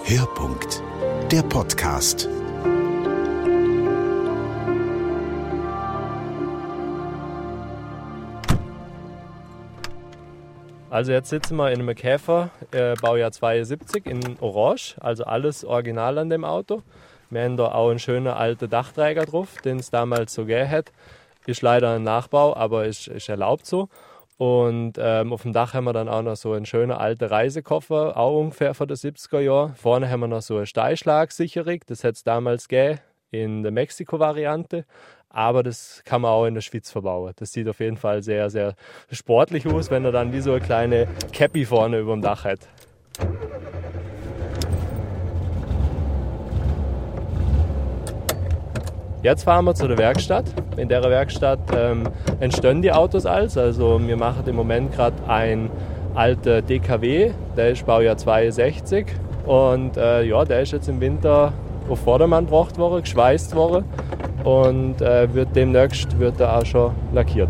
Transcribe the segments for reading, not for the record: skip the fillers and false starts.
Hörpunkt, der Podcast. Also jetzt sitzen wir in einem Käfer, Baujahr 72 in Orange, also alles original an dem Auto. Wir haben da auch einen schönen alten Dachträger drauf, den es damals so gegeben hat. Ist leider ein Nachbau, aber ist erlaubt so. Und auf dem Dach haben wir dann auch noch so einen schönen alten Reisekoffer, auch ungefähr von den 70er Jahren. Vorne haben wir noch so eine Steinschlagsicherung, das hat es damals gegeben in der Mexiko-Variante. Aber das kann man auch in der Schweiz verbauen. Das sieht auf jeden Fall sehr, sehr sportlich aus, wenn er dann wie so eine kleine Cappy vorne über dem Dach hat. Jetzt fahren wir zu der Werkstatt. In der Werkstatt entstehen die Autos alles. Also wir machen im Moment gerade einen alten DKW, der ist Baujahr 62. Und der ist jetzt im Winter auf Vordermann gebracht worden, geschweißt worden. Und demnächst wird er auch schon lackiert.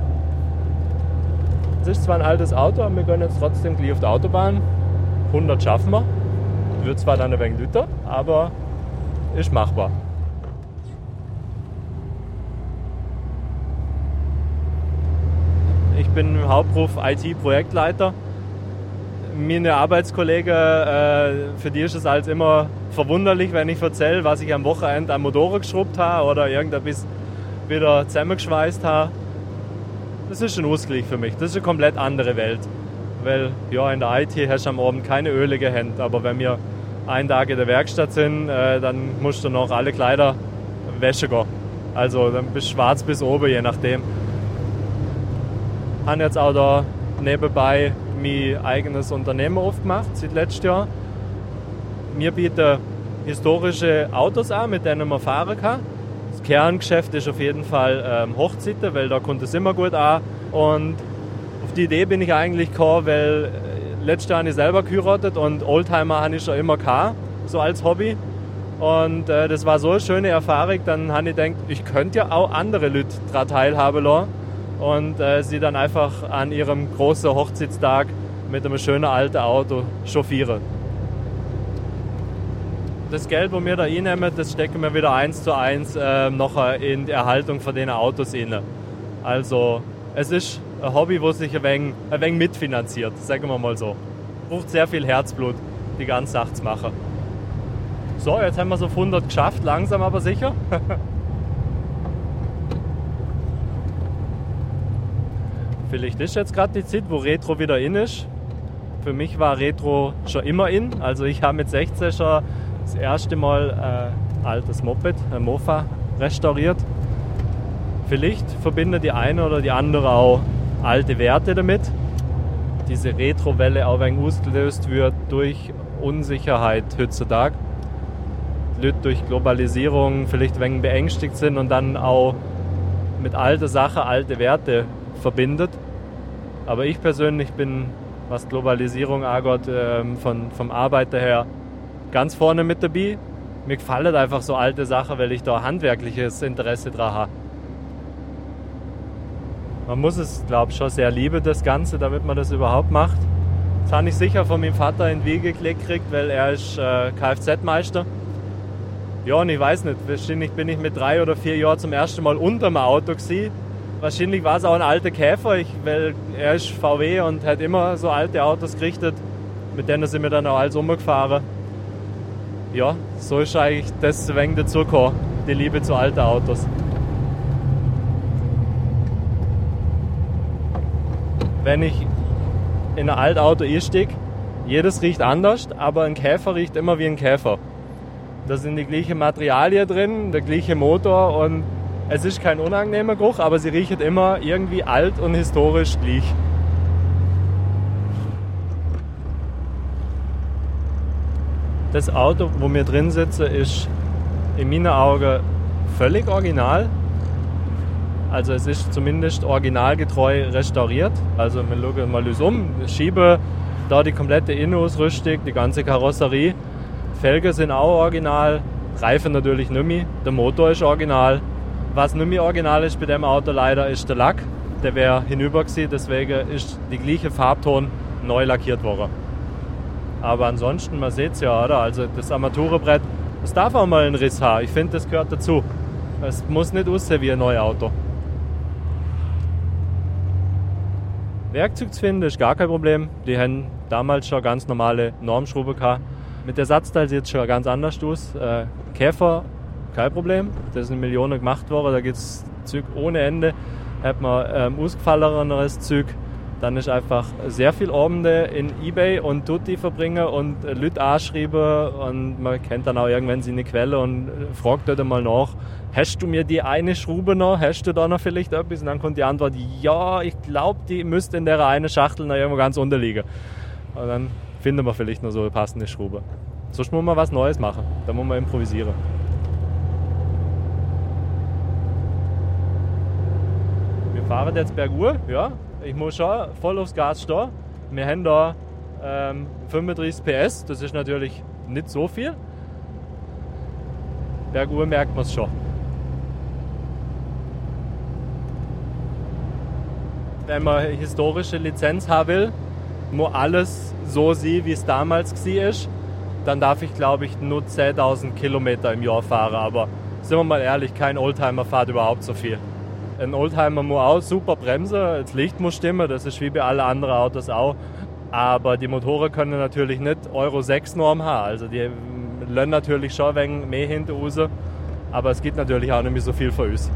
Es ist zwar ein altes Auto, aber wir gehen jetzt trotzdem gleich auf der Autobahn. 100 schaffen wir. Wird zwar dann ein wenig lauter, aber ist machbar. Ich bin im Hauptberuf IT-Projektleiter. Meine Arbeitskollegen, für die ist es halt immer verwunderlich, wenn ich erzähle, was ich am Wochenende am Motor geschrubbt habe oder irgendetwas wieder zusammengeschweißt habe. Das ist ein Ausgleich für mich. Das ist eine komplett andere Welt. Weil ja, in der IT hast du am Abend keine ölige Hände. Aber wenn wir einen Tag in der Werkstatt sind, dann musst du noch alle Kleider waschen gehen. Also dann bist du schwarz bis oben, je nachdem. Ich habe jetzt auch da nebenbei mein eigenes Unternehmen aufgemacht, seit letztes Jahr. Wir bieten historische Autos an, mit denen man fahren kann. Das Kerngeschäft ist auf jeden Fall Hochzeiten, weil da kommt es immer gut an. Und auf die Idee bin ich eigentlich gekommen, weil letztes Jahr habe ich selber geheiratet und Oldtimer habe ich schon immer gehabt, so als Hobby. Und das war so eine schöne Erfahrung, dann habe ich gedacht, ich könnte ja auch andere Leute daran teilhaben lassen. Und sie dann einfach an ihrem großen Hochzeitstag mit einem schönen alten Auto chauffieren. Das Geld, das wir da einnehmen, das stecken wir wieder 1:1 noch in die Erhaltung von den Autos rein. Also es ist ein Hobby, das sich ein wenig mitfinanziert, sagen wir mal so. Braucht sehr viel Herzblut, die ganze Sache zu machen. So, jetzt haben wir es auf 100 geschafft, langsam aber sicher. Vielleicht ist jetzt gerade die Zeit, wo Retro wieder in ist. Für mich war Retro schon immer in. Also ich habe mit 16 schon das erste Mal ein altes Moped, ein Mofa, restauriert. Vielleicht verbindet die eine oder die andere auch alte Werte damit. Diese Retro-Welle auch ein wenig ausgelöst wird durch Unsicherheit heutzutage. Die Leute durch Globalisierung vielleicht ein wenig beängstigt sind und dann auch mit alten Sachen alte Werte verbindet. Aber ich persönlich bin, was Globalisierung angeht, vom Arbeiter her ganz vorne mit dabei. Mir gefallen einfach so alte Sachen, weil ich da handwerkliches Interesse dran habe. Man muss es, glaube ich, schon sehr lieben, das Ganze, damit man das überhaupt macht. Das habe ich sicher von meinem Vater in die Wiege gelegt gekriegt, weil er ist Kfz-Meister. Ja, und ich weiß nicht, wahrscheinlich bin ich mit 3 oder 4 Jahren zum ersten Mal unter dem Auto gewesen. Wahrscheinlich war es auch ein alter Käfer, weil er ist VW und hat immer so alte Autos gerichtet. Mit denen sind wir dann auch alles umgefahren. Ja, so ist eigentlich das ein wenig dazugekommen, die Liebe zu alten Autos. Wenn ich in ein altes Auto einsteige, jedes riecht anders, aber ein Käfer riecht immer wie ein Käfer. Da sind die gleichen Materialien drin, der gleiche Motor und es ist kein unangenehmer Geruch, aber sie riecht immer irgendwie alt und historisch gleich. Das Auto, wo wir drin sitzen, ist in meinen Augen völlig original. Also es ist zumindest originalgetreu restauriert. Also wir schauen mal schieben da die komplette Innenausrüstung, die ganze Karosserie. Felgen sind auch original, Reifen natürlich nicht mehr, der Motor ist original. Was nicht mehr original ist bei dem Auto leider, ist der Lack. Der wäre hinüber gewesen, deswegen ist die gleiche Farbton neu lackiert worden. Aber ansonsten, man sieht es ja, oder? Also das Armaturenbrett, das darf auch mal einen Riss haben. Ich finde, das gehört dazu. Es muss nicht aussehen wie ein neues Auto. Werkzeug zu finden ist gar kein Problem. Die haben damals schon ganz normale Normschrauben gehabt. Mit Ersatzteil sieht es schon ganz anders aus. Käfer, kein Problem. Das ist in Millionen gemacht worden. Da gibt es Zeug ohne Ende. Hat man ausgefalleneres Zeug. Dann ist einfach sehr viel Abende in eBay und Tutti verbringen und Leute anschreiben. Und man kennt dann auch irgendwann seine Quelle und fragt dort mal nach, hast du mir die eine Schraube noch? Hast du da noch vielleicht etwas? Und dann kommt die Antwort, ja, ich glaube, die müsste in der einen Schachtel noch irgendwo ganz unten liegen. Und dann finden wir vielleicht noch so eine passende Schraube. Sonst muss man was Neues machen. Da muss man improvisieren. Wir fahren jetzt berguhr, ja. Ich muss schon voll aufs Gas stehen. Wir haben da 35 PS, das ist natürlich nicht so viel. Berguhr merkt man es schon. Wenn man eine historische Lizenz haben will, muss alles so sein, wie es damals war. Dann darf ich, glaube ich, nur 10.000 Kilometer im Jahr fahren. Aber sind wir mal ehrlich, kein Oldtimer fährt überhaupt so viel. Ein Oldtimer muss auch super bremsen, das Licht muss stimmen, das ist wie bei allen anderen Autos auch. Aber die Motoren können natürlich nicht Euro 6 Norm haben. Also die lassen natürlich schon ein wenig mehr hinten raus. Aber es gibt natürlich auch nicht mehr so viel für uns.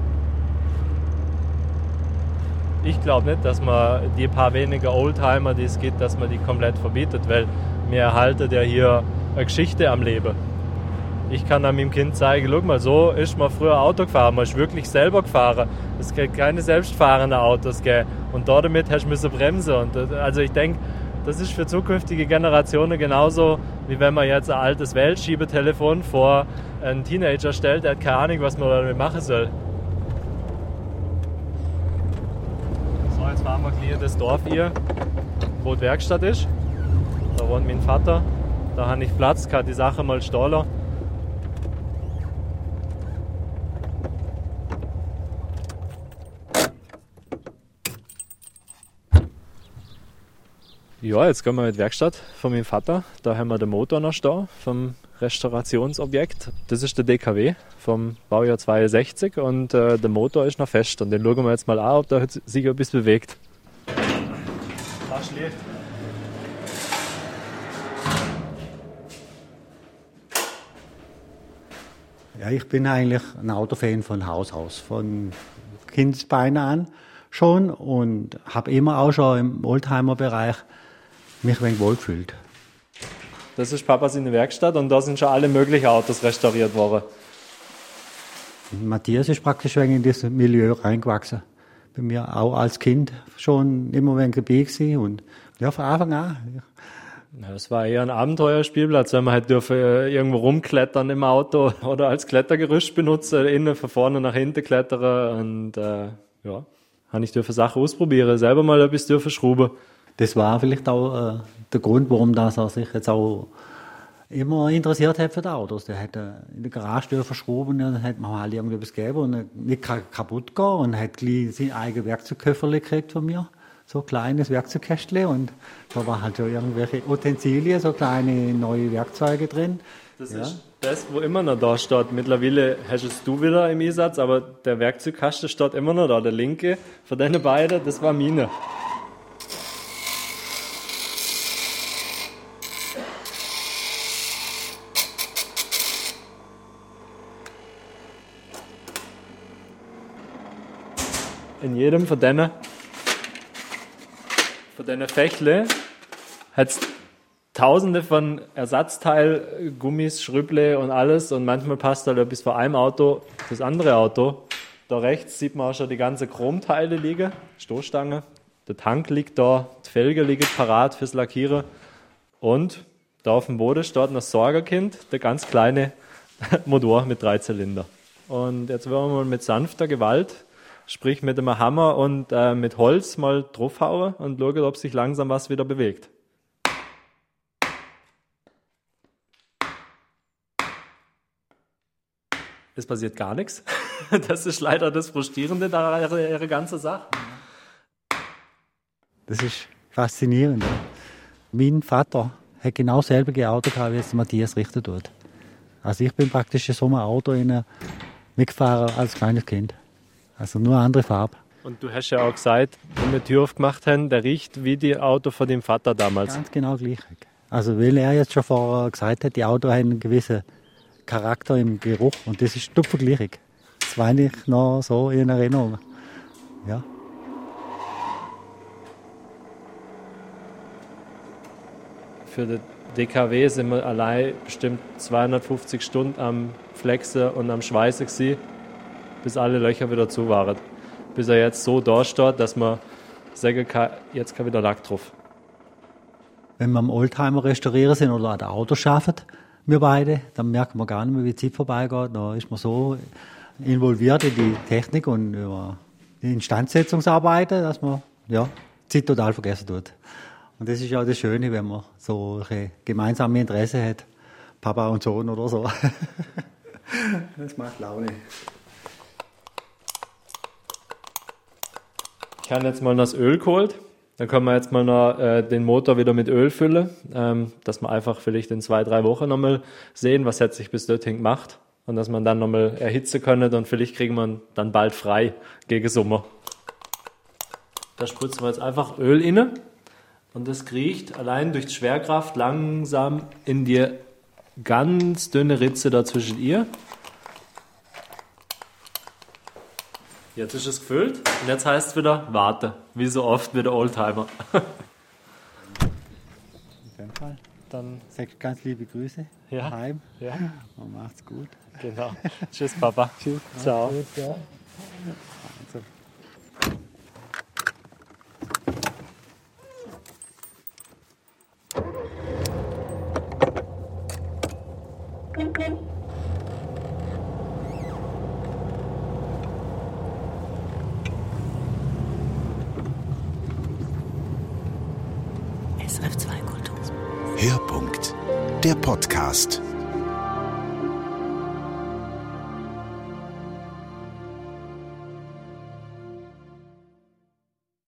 Ich glaube nicht, dass man die paar wenigen Oldtimer, die es gibt, dass man die komplett verbietet, weil wir erhalten ja hier eine Geschichte am Leben. Ich kann dann meinem Kind zeigen, schau mal, so ist man früher Auto gefahren, man ist wirklich selber gefahren. Es gibt keine selbstfahrenden Autos, gell? Und damit hast du bremsen. Und also ich denke, das ist für zukünftige Generationen genauso, wie wenn man jetzt ein altes Weltschiebetelefon vor einen Teenager stellt, der hat keine Ahnung, was man damit machen soll. So, jetzt fahren wir gleich in das Dorf hier, wo die Werkstatt ist. Da wohnt mein Vater, da habe ich Platz, kann die Sache mal stahlen. Ja, jetzt gehen wir in die Werkstatt von meinem Vater. Da haben wir den Motor noch stehen vom Restaurationsobjekt. Das ist der DKW vom Baujahr 62 und der Motor ist noch fest. Und den schauen wir jetzt mal an, ob da sich etwas bewegt. Da schläft. Ja, ich bin eigentlich ein Autofan von Haus aus, von Kindesbeinen an schon und habe immer auch schon im Oldtimer-Bereich mich ein wenig wohlgefühlt. Das ist Papas in der Werkstatt und da sind schon alle möglichen Autos restauriert worden. Matthias ist praktisch ein wenig in dieses Milieu reingewachsen. Bei mir auch als Kind schon immer ein wenig dabei gewesen und ja, von Anfang an. Ja, das war eher ein Abenteuerspielplatz, wenn man halt irgendwo rumklettern im Auto oder als Klettergerüst benutzen, innen von vorne nach hinten klettern und ja, habe ich dürfen Sachen ausprobieren, selber mal etwas dürfen schrauben. Das war vielleicht auch der Grund, warum er sich jetzt auch immer interessiert hat für die Autos. Der hat in der Garage dürfen schrauben, dann hat man halt irgendwie etwas gegeben und nicht kaputt gehen und hat gleich sein eigenes Werkzeugköfferchen gekriegt von mir. So ein kleines Werkzeugkästchen und da war halt schon irgendwelche Utensilien, so kleine neue Werkzeuge drin. Das ja. ist das, wo immer noch da steht. Mittlerweile hast es du wieder im Einsatz, aber der Werkzeugkasten steht immer noch da. Der linke von den beiden, das war meine. In jedem von denen Fächle hat es tausende von Ersatzteil, Gummis, Schrübble und alles und manchmal passt halt etwas von einem Auto das andere Auto. Da rechts sieht man auch schon die ganzen Chromteile liegen, Stoßstange, der Tank liegt da, die Felge liegen parat fürs Lackieren und da auf dem Boden steht noch das Sorgerkind, der ganz kleine Motor mit 3 Zylinder. Und jetzt wollen wir mal mit sanfter Gewalt, sprich mit einem Hammer und mit Holz mal draufhauen und schauen, ob sich langsam was wieder bewegt. Es passiert gar nichts. Das ist leider das Frustrierende daran, ihre ganze Sache. Das ist faszinierend. Mein Vater hat genau dasselbe Auto gehabt, wie es Matthias Richter tut. Also ich bin praktisch in so einem Auto mitgefahren als kleines Kind. Also nur eine andere Farbe. Und du hast ja auch gesagt, wenn wir die Tür aufgemacht haben, der riecht wie die Auto von dem Vater damals. Ganz genau gleich. Also weil er jetzt schon vorher gesagt hat, die Autos haben einen gewissen Charakter im Geruch und das ist tupfergleich. Das war ich noch so in Erinnerung. Ja. Für den DKW sind wir allein bestimmt 250 Stunden am Flexen und am Schweißen gewesen, bis alle Löcher wieder zu waren. Bis er jetzt so da steht, dass man sagen kann, jetzt kann wieder Lack drauf. Wenn wir am Oldtimer restaurieren sind oder an den Autos arbeiten, wir beide, dann merken wir gar nicht mehr, wie die Zeit vorbeigeht. Da ist man so involviert in die Technik und über die Instandsetzungsarbeiten, dass man die Zeit total vergessen tut. Und das ist ja das Schöne, wenn man solche gemeinsame Interessen hat, Papa und Sohn oder so. Das macht Laune. Ich habe jetzt mal noch das Öl geholt. Dann können wir jetzt mal noch den Motor wieder mit Öl füllen, dass wir einfach vielleicht in 2-3 Wochen nochmal sehen, was hat sich bis dorthin gemacht und dass man dann nochmal erhitzen können und vielleicht kriegen wir ihn dann bald frei gegen Sommer. Da spritzen wir jetzt einfach Öl rein und das kriecht allein durch die Schwerkraft langsam in die ganz dünne Ritze da zwischen ihr. Jetzt ist es gefüllt und jetzt heißt es wieder warten, wie so oft mit der Oldtimer. In dem Fall. Dann sagst du ganz liebe Grüße heim. Ja. Und macht's gut. Genau. Tschüss, Papa. Tschüss. Ciao. Gut, ja. Also. Hörpunkt, der Podcast.